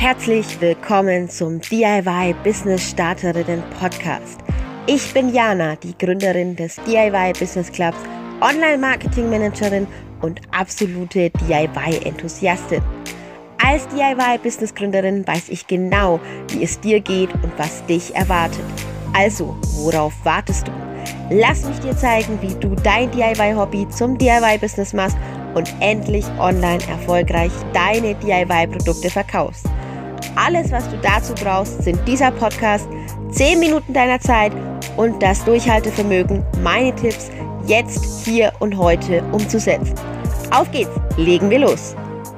Herzlich willkommen zum DIY Business Starterinnen Podcast. Ich bin Jana, die Gründerin des DIY Business Clubs, Online-Marketing-Managerin und absolute DIY-Enthusiastin. Als DIY-Business-Gründerin weiß ich genau, wie es dir geht und was dich erwartet. Also, worauf wartest du? Lass mich dir zeigen, wie du dein DIY-Hobby zum DIY-Business machst und endlich online erfolgreich deine DIY-Produkte verkaufst. Alles, was du dazu brauchst, sind dieser Podcast, 10 Minuten deiner Zeit und das Durchhaltevermögen, meine Tipps jetzt, hier und heute umzusetzen. Auf geht's, legen wir los!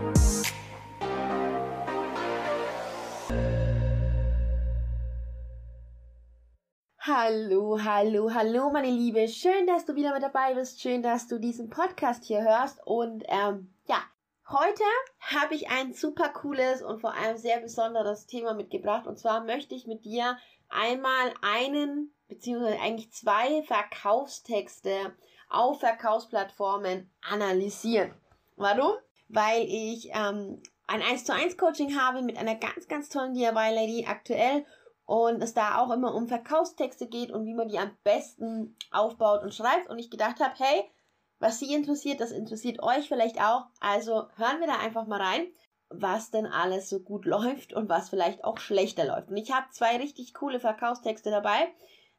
Hallo, meine Liebe. Schön, dass du wieder mit dabei bist. Schön, dass du diesen Podcast hier hörst. Und heute habe ich ein super cooles und vor allem sehr besonderes Thema mitgebracht. Und zwar möchte ich mit dir einmal beziehungsweise eigentlich zwei Verkaufstexte auf Verkaufsplattformen analysieren. Warum? Weil ich ein 1:1 Coaching habe mit einer ganz, ganz tollen DIY-Lady aktuell. Und es da auch immer um Verkaufstexte geht und wie man die am besten aufbaut und schreibt. Und ich gedacht habe, hey, was sie interessiert, das interessiert euch vielleicht auch. Also hören wir da einfach mal rein, was denn alles so gut läuft und was vielleicht auch schlechter läuft. Und ich habe zwei richtig coole Verkaufstexte dabei.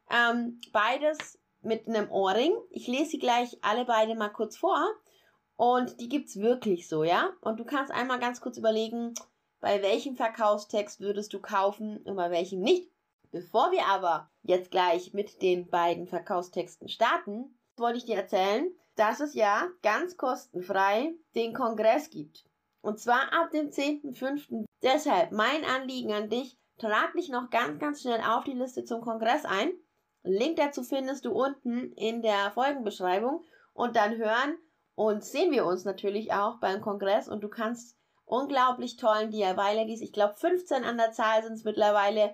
Beides mit einem Ohrring. Ich lese sie gleich alle beide mal kurz vor. Und die gibt's wirklich so, ja. Und du kannst einmal ganz kurz überlegen, bei welchem Verkaufstext würdest du kaufen und bei welchem nicht. Bevor wir aber jetzt gleich mit den beiden Verkaufstexten starten, wollte ich dir erzählen, dass es ja ganz kostenfrei den Kongress gibt. Und zwar ab dem 10.05. Deshalb mein Anliegen an dich, trag dich noch ganz, ganz schnell auf die Liste zum Kongress ein. Link dazu findest du unten in der Folgenbeschreibung. Und dann hören und sehen wir uns natürlich auch beim Kongress. Und du kannst unglaublich tollen DIY-Ladies, ich glaube 15 an der Zahl sind es mittlerweile,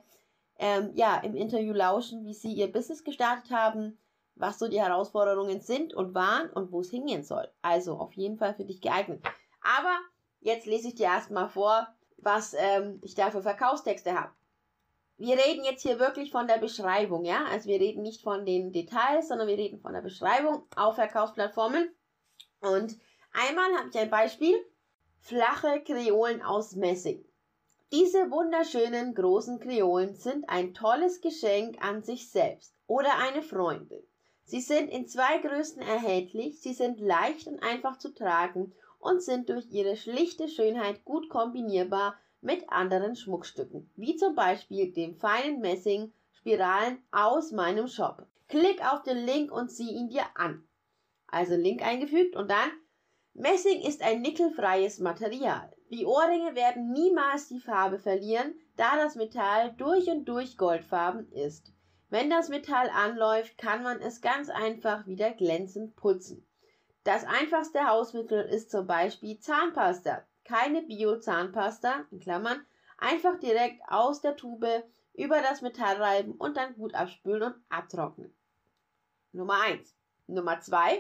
im Interview lauschen, wie sie ihr Business gestartet haben, was so die Herausforderungen sind und waren und wo es hingehen soll. Also auf jeden Fall für dich geeignet. Aber jetzt lese ich dir erstmal vor, was ich da für Verkaufstexte habe. Wir reden jetzt hier wirklich von der Beschreibung, ja? Also wir reden nicht von den Details, sondern wir reden von der Beschreibung auf Verkaufsplattformen. Und einmal habe ich ein Beispiel. Flache Kreolen aus Messing. Diese wunderschönen großen Kreolen sind ein tolles Geschenk an sich selbst oder eine Freundin. Sie sind in zwei Größen erhältlich, sie sind leicht und einfach zu tragen und sind durch ihre schlichte Schönheit gut kombinierbar mit anderen Schmuckstücken, wie zum Beispiel dem feinen Messing-Spiralen aus meinem Shop. Klick auf den Link und sieh ihn dir an. Also Link eingefügt und dann: Messing ist ein nickelfreies Material. Die Ohrringe werden niemals die Farbe verlieren, da das Metall durch und durch goldfarben ist. Wenn das Metall anläuft, kann man es ganz einfach wieder glänzend putzen. Das einfachste Hausmittel ist zum Beispiel Zahnpasta. Keine Bio-Zahnpasta, in Klammern, einfach direkt aus der Tube über das Metall reiben und dann gut abspülen und abtrocknen. Nummer 1. Nummer 2.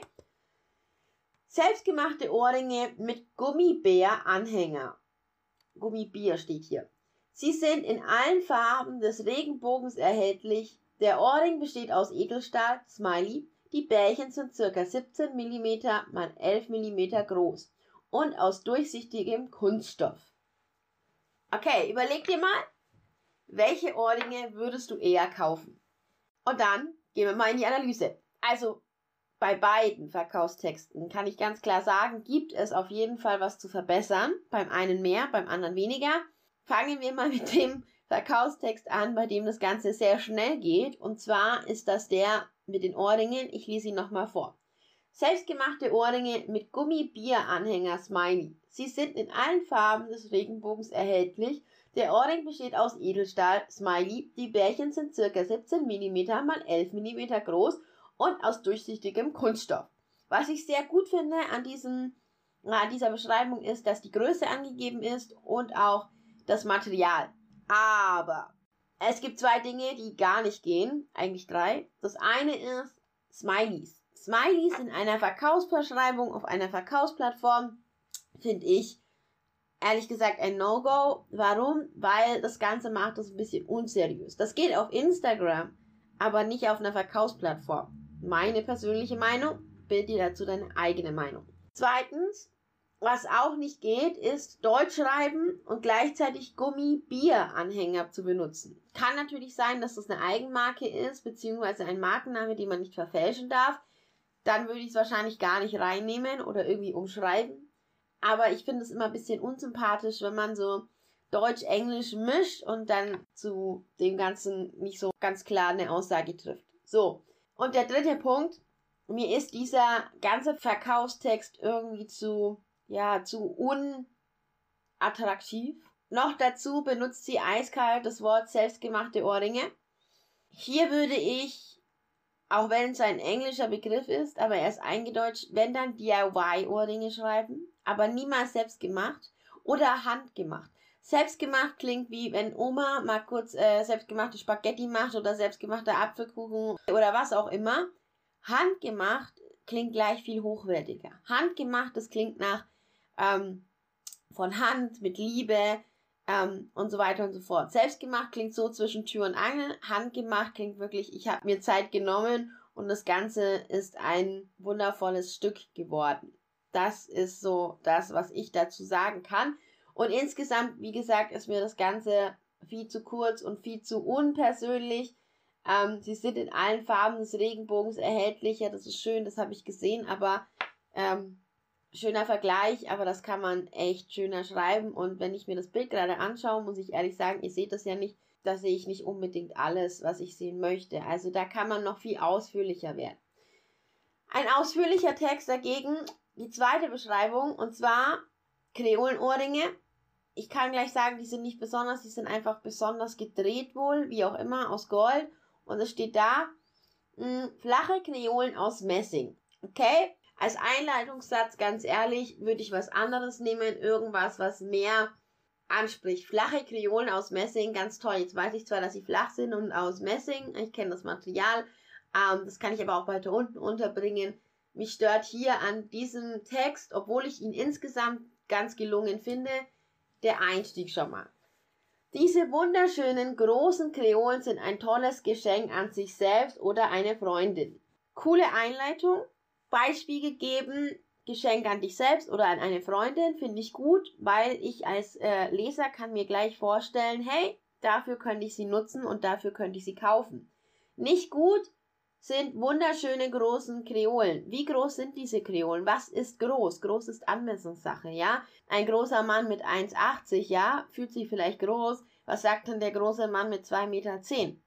Selbstgemachte Ohrringe mit Gummibär-Anhänger. Gummibär steht hier. Sie sind in allen Farben des Regenbogens erhältlich. Der Ohrring besteht aus Edelstahl, Smiley. Die Bärchen sind ca. 17 mm x 11 mm groß und aus durchsichtigem Kunststoff. Okay, überleg dir mal, welche Ohrringe würdest du eher kaufen? Und dann gehen wir mal in die Analyse. Also, bei beiden Verkaufstexten kann ich ganz klar sagen, gibt es auf jeden Fall was zu verbessern. Beim einen mehr, beim anderen weniger. Fangen wir mal mit dem Verkaufstext an, bei dem das Ganze sehr schnell geht. Und zwar ist das der mit den Ohrringen. Ich lese ihn nochmal vor. Selbstgemachte Ohrringe mit Gummibär-Anhänger Smiley. Sie sind in allen Farben des Regenbogens erhältlich. Der Ohrring besteht aus Edelstahl, Smiley. Die Bärchen sind ca. 17 mm x 11 mm groß und aus durchsichtigem Kunststoff. Was ich sehr gut finde an dieser Beschreibung ist, dass die Größe angegeben ist und auch das Material. Aber es gibt zwei Dinge, die gar nicht gehen, eigentlich drei. Das eine ist Smileys. Smileys in einer Verkaufsbeschreibung auf einer Verkaufsplattform finde ich ehrlich gesagt ein No-Go. Warum? Weil das Ganze macht es ein bisschen unseriös. Das geht auf Instagram, aber nicht auf einer Verkaufsplattform. Meine persönliche Meinung, bild dir dazu deine eigene Meinung. Zweitens, was auch nicht geht, ist Deutsch schreiben und gleichzeitig Gummi-Bier-Anhänger zu benutzen. Kann natürlich sein, dass das eine Eigenmarke ist, beziehungsweise ein Markenname, den man nicht verfälschen darf. Dann würde ich es wahrscheinlich gar nicht reinnehmen oder irgendwie umschreiben. Aber ich finde es immer ein bisschen unsympathisch, wenn man so Deutsch-Englisch mischt und dann zu dem Ganzen nicht so ganz klar eine Aussage trifft. So, und der dritte Punkt, mir ist dieser ganze Verkaufstext irgendwie zu unattraktiv. Noch dazu benutzt sie eiskalt das Wort selbstgemachte Ohrringe. Hier würde ich, auch wenn es ein englischer Begriff ist, aber er ist eingedeutscht, wenn dann DIY-Ohrringe schreiben, aber niemals selbstgemacht oder handgemacht. Selbstgemacht klingt wie wenn Oma mal kurz selbstgemachte Spaghetti macht oder selbstgemachter Apfelkuchen oder was auch immer. Handgemacht klingt gleich viel hochwertiger. Handgemacht, das klingt nach von Hand, mit Liebe und so weiter und so fort. Selbstgemacht klingt so zwischen Tür und Angel. Handgemacht klingt wirklich, ich habe mir Zeit genommen und das Ganze ist ein wundervolles Stück geworden. Das ist so das, was ich dazu sagen kann. Und insgesamt, wie gesagt, ist mir das Ganze viel zu kurz und viel zu unpersönlich. Sie sind in allen Farben des Regenbogens erhältlich. Ja, das ist schön, das habe ich gesehen, aber schöner Vergleich, aber das kann man echt schöner schreiben. Und wenn ich mir das Bild gerade anschaue, muss ich ehrlich sagen, ihr seht das ja nicht, da sehe ich nicht unbedingt alles, was ich sehen möchte. Also da kann man noch viel ausführlicher werden. Ein ausführlicher Text dagegen, die zweite Beschreibung, und zwar Kreolenohrringe. Ich kann gleich sagen, die sind nicht besonders, die sind einfach besonders gedreht wohl, wie auch immer, aus Gold. Und es steht da, flache Kreolen aus Messing. Okay? Als Einleitungssatz, ganz ehrlich, würde ich was anderes nehmen, irgendwas, was mehr anspricht. Flache Kreolen aus Messing, ganz toll. Jetzt weiß ich zwar, dass sie flach sind und aus Messing, ich kenne das Material, das kann ich aber auch weiter unten unterbringen. Mich stört hier an diesem Text, obwohl ich ihn insgesamt ganz gelungen finde, der Einstieg schon mal. Diese wunderschönen großen Kreolen sind ein tolles Geschenk an sich selbst oder eine Freundin. Coole Einleitung. Beispiel gegeben, Geschenk an dich selbst oder an eine Freundin, finde ich gut, weil ich als Leser kann mir gleich vorstellen, hey, dafür könnte ich sie nutzen und dafür könnte ich sie kaufen. Nicht gut sind wunderschöne großen Kreolen. Wie groß sind diese Kreolen? Was ist groß? Groß ist Anmessungssache, ja? Ein großer Mann mit 1,80, ja, fühlt sich vielleicht groß. Was sagt denn der große Mann mit 2,10 Meter?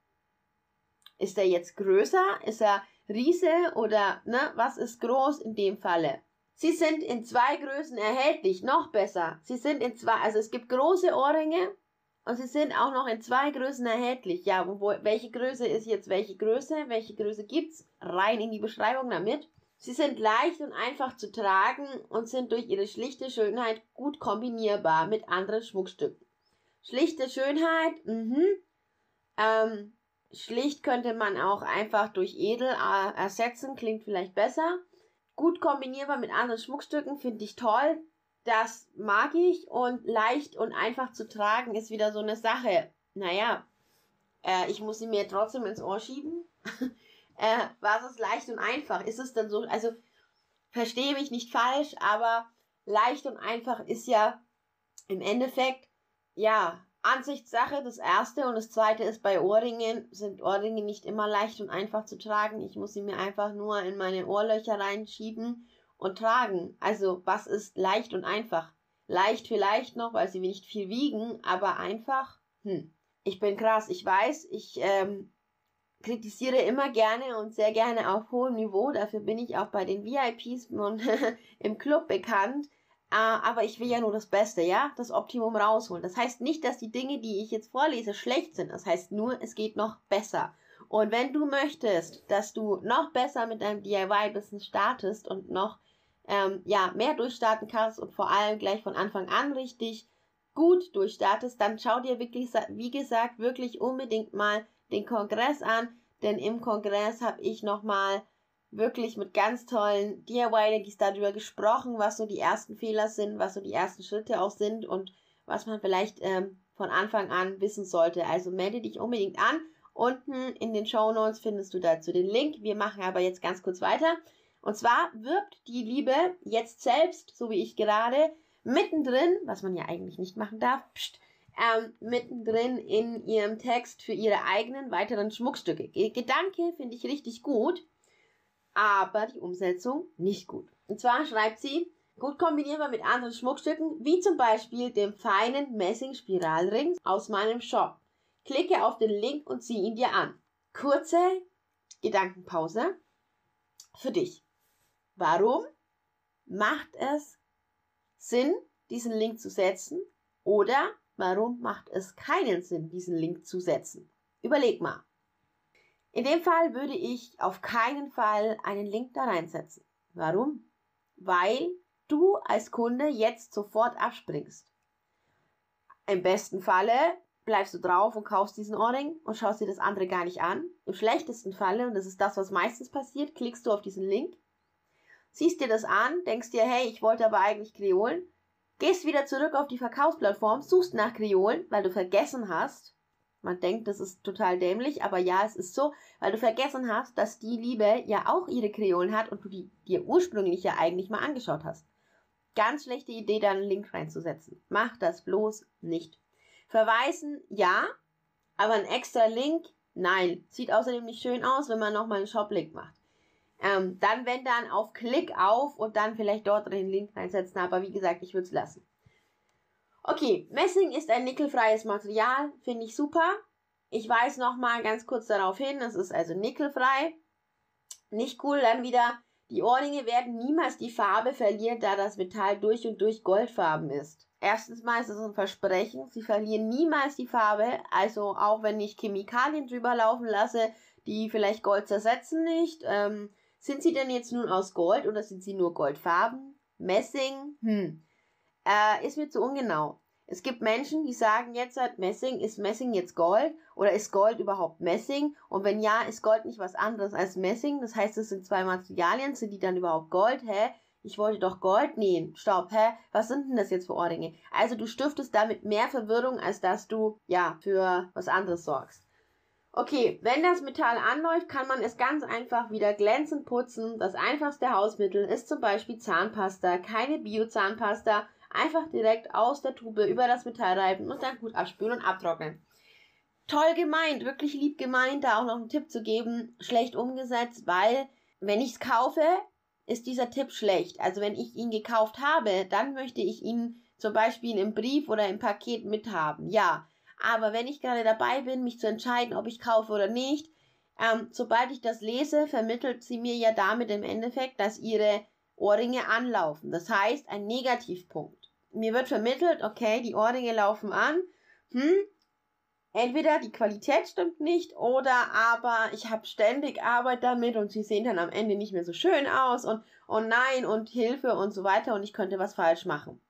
Ist er jetzt größer? Ist er Riese oder, was ist groß in dem Falle? Sie sind in 2 Größen erhältlich, noch besser. Sie sind in 2, also es gibt große Ohrringe und sie sind auch noch in 2 Größen erhältlich. Ja, welche Größe ist jetzt welche Größe? Welche Größe gibt's? Rein in die Beschreibung damit. Sie sind leicht und einfach zu tragen und sind durch ihre schlichte Schönheit gut kombinierbar mit anderen Schmuckstücken. Schlichte Schönheit, schlicht könnte man auch einfach durch edel ersetzen, klingt vielleicht besser. Gut kombinierbar mit anderen Schmuckstücken, finde ich toll. Das mag ich und leicht und einfach zu tragen ist wieder so eine Sache. Naja, ich muss sie mir trotzdem ins Ohr schieben. Was ist leicht und einfach? Ist es dann so, also verstehe mich nicht falsch, aber leicht und einfach ist ja im Endeffekt, ja, Ansichtssache, das erste, und das zweite ist bei Ohrringen, sind Ohrringe nicht immer leicht und einfach zu tragen. Ich muss sie mir einfach nur in meine Ohrlöcher reinschieben und tragen. Also, was ist leicht und einfach? Leicht vielleicht noch, weil sie nicht viel wiegen, aber einfach, ich bin krass, ich weiß, ich kritisiere immer gerne und sehr gerne auf hohem Niveau, dafür bin ich auch bei den VIPs und im Club bekannt. Aber ich will ja nur das Beste, ja, das Optimum rausholen. Das heißt nicht, dass die Dinge, die ich jetzt vorlese, schlecht sind. Das heißt nur, es geht noch besser. Und wenn du möchtest, dass du noch besser mit deinem DIY-Business startest und noch mehr durchstarten kannst und vor allem gleich von Anfang an richtig gut durchstartest, dann schau dir wirklich, wie gesagt, wirklich unbedingt mal den Kongress an, denn im Kongress habe ich nochmal wirklich mit ganz tollen DIY-Ladies darüber gesprochen, was so die ersten Fehler sind, was so die ersten Schritte auch sind und was man vielleicht von Anfang an wissen sollte. Also melde dich unbedingt an. Unten in den Shownotes findest du dazu den Link. Wir machen aber jetzt ganz kurz weiter. Und zwar wirbt die Liebe jetzt selbst, so wie ich gerade, mittendrin, was man ja eigentlich nicht machen darf, mittendrin in ihrem Text für ihre eigenen weiteren Schmuckstücke. Gedanke finde ich richtig gut, aber die Umsetzung nicht gut. Und zwar schreibt sie, gut kombinierbar mit anderen Schmuckstücken, wie zum Beispiel dem feinen Messing-Spiralring aus meinem Shop. Klicke auf den Link und zieh ihn dir an. Kurze Gedankenpause für dich. Warum macht es Sinn, diesen Link zu setzen? Oder warum macht es keinen Sinn, diesen Link zu setzen? Überleg mal. In dem Fall würde ich auf keinen Fall einen Link da reinsetzen. Warum? Weil du als Kunde jetzt sofort abspringst. Im besten Falle bleibst du drauf und kaufst diesen Ohrring und schaust dir das andere gar nicht an. Im schlechtesten Falle, und das ist das, was meistens passiert, klickst du auf diesen Link, siehst dir das an, denkst dir, hey, ich wollte aber eigentlich Kreolen, gehst wieder zurück auf die Verkaufsplattform, suchst nach Kreolen, weil du vergessen hast, man denkt, das ist total dämlich, aber ja, es ist so, weil du vergessen hast, dass die Liebe ja auch ihre Kreolen hat und du die dir ursprünglich ja eigentlich mal angeschaut hast. Ganz schlechte Idee, da einen Link reinzusetzen. Mach das bloß nicht. Verweisen, ja, aber ein extra Link, nein. Sieht außerdem nicht schön aus, wenn man nochmal einen Shop-Link macht. Dann, wenn dann auf Klick auf und dann vielleicht dort den Link reinsetzen, aber wie gesagt, ich würde es lassen. Okay, Messing ist ein nickelfreies Material, finde ich super. Ich weise nochmal ganz kurz darauf hin, es ist also nickelfrei. Nicht cool, dann wieder, die Ohrringe werden niemals die Farbe verlieren, da das Metall durch und durch goldfarben ist. Erstens mal ist es ein Versprechen, sie verlieren niemals die Farbe, also auch wenn ich Chemikalien drüber laufen lasse, die vielleicht Gold zersetzen nicht. Sind sie denn jetzt nun aus Gold oder sind sie nur goldfarben? Messing? Ist mir zu ungenau. Es gibt Menschen, die sagen jetzt halt, ist Messing jetzt Gold? Oder ist Gold überhaupt Messing? Und wenn ja, ist Gold nicht was anderes als Messing? Das heißt, es sind zwei Materialien, sind die dann überhaupt Gold? Ich wollte doch Gold nähen. Stopp, was sind denn das jetzt für Ohrringe? Also du stiftest damit mehr Verwirrung, als dass du, für was anderes sorgst. Okay, wenn das Metall anläuft, kann man es ganz einfach wieder glänzend putzen. Das einfachste Hausmittel ist zum Beispiel Zahnpasta, keine Bio-Zahnpasta. Einfach direkt aus der Tube über das Metall reiben und dann gut abspülen und abtrocknen. Toll gemeint, wirklich lieb gemeint, da auch noch einen Tipp zu geben. Schlecht umgesetzt, weil wenn ich es kaufe, ist dieser Tipp schlecht. Also wenn ich ihn gekauft habe, dann möchte ich ihn zum Beispiel im Brief oder im Paket mithaben. Ja, aber wenn ich gerade dabei bin, mich zu entscheiden, ob ich kaufe oder nicht, sobald ich das lese, vermittelt sie mir ja damit im Endeffekt, dass ihre Ohrringe anlaufen. Das heißt, ein Negativpunkt. Mir wird vermittelt, okay, die Ohrringe laufen an. Entweder die Qualität stimmt nicht oder aber ich habe ständig Arbeit damit und sie sehen dann am Ende nicht mehr so schön aus und nein und Hilfe und so weiter und ich könnte was falsch machen.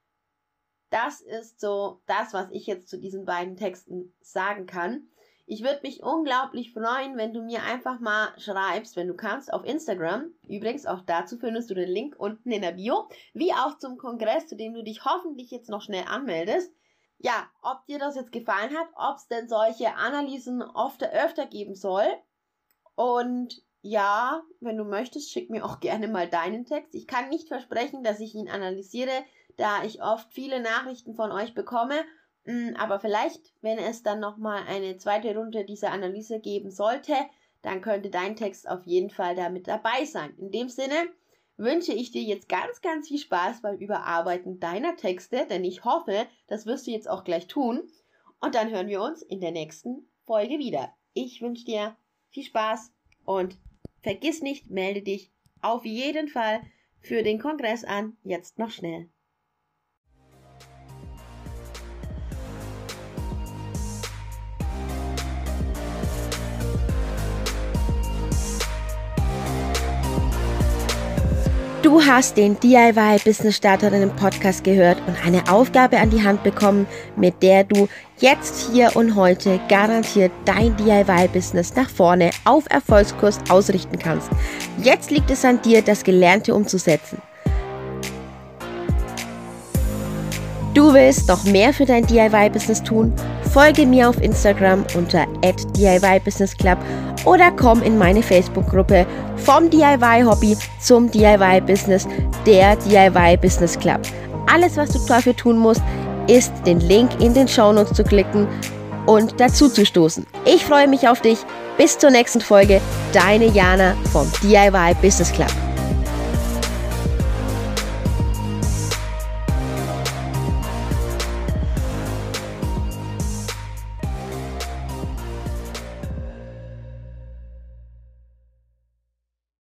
Das ist so das, was ich jetzt zu diesen beiden Texten sagen kann. Ich würde mich unglaublich freuen, wenn du mir einfach mal schreibst, wenn du kannst, auf Instagram. Übrigens, auch dazu findest du den Link unten in der Bio, wie auch zum Kongress, zu dem du dich hoffentlich jetzt noch schnell anmeldest. Ja, ob dir das jetzt gefallen hat, ob es denn solche Analysen öfter geben soll. Und ja, wenn du möchtest, schick mir auch gerne mal deinen Text. Ich kann nicht versprechen, dass ich ihn analysiere, da ich oft viele Nachrichten von euch bekomme. Aber vielleicht, wenn es dann nochmal eine zweite Runde dieser Analyse geben sollte, dann könnte dein Text auf jeden Fall da mit dabei sein. In dem Sinne wünsche ich dir jetzt ganz, ganz viel Spaß beim Überarbeiten deiner Texte, denn ich hoffe, das wirst du jetzt auch gleich tun. Und dann hören wir uns in der nächsten Folge wieder. Ich wünsche dir viel Spaß und vergiss nicht, melde dich auf jeden Fall für den Kongress an, jetzt noch schnell. Du hast den DIY Business Starterinnen Podcast gehört und eine Aufgabe an die Hand bekommen, mit der du jetzt, hier und heute garantiert dein DIY Business nach vorne auf Erfolgskurs ausrichten kannst. Jetzt liegt es an dir, das Gelernte umzusetzen. Du willst noch mehr für dein DIY-Business tun? Folge mir auf Instagram unter @DIY-Business-Club oder komm in meine Facebook-Gruppe vom DIY-Hobby zum DIY-Business, der DIY-Business-Club. Alles, was du dafür tun musst, ist, den Link in den Shownotes zu klicken und dazu zu stoßen. Ich freue mich auf dich. Bis zur nächsten Folge. Deine Jana vom DIY-Business-Club.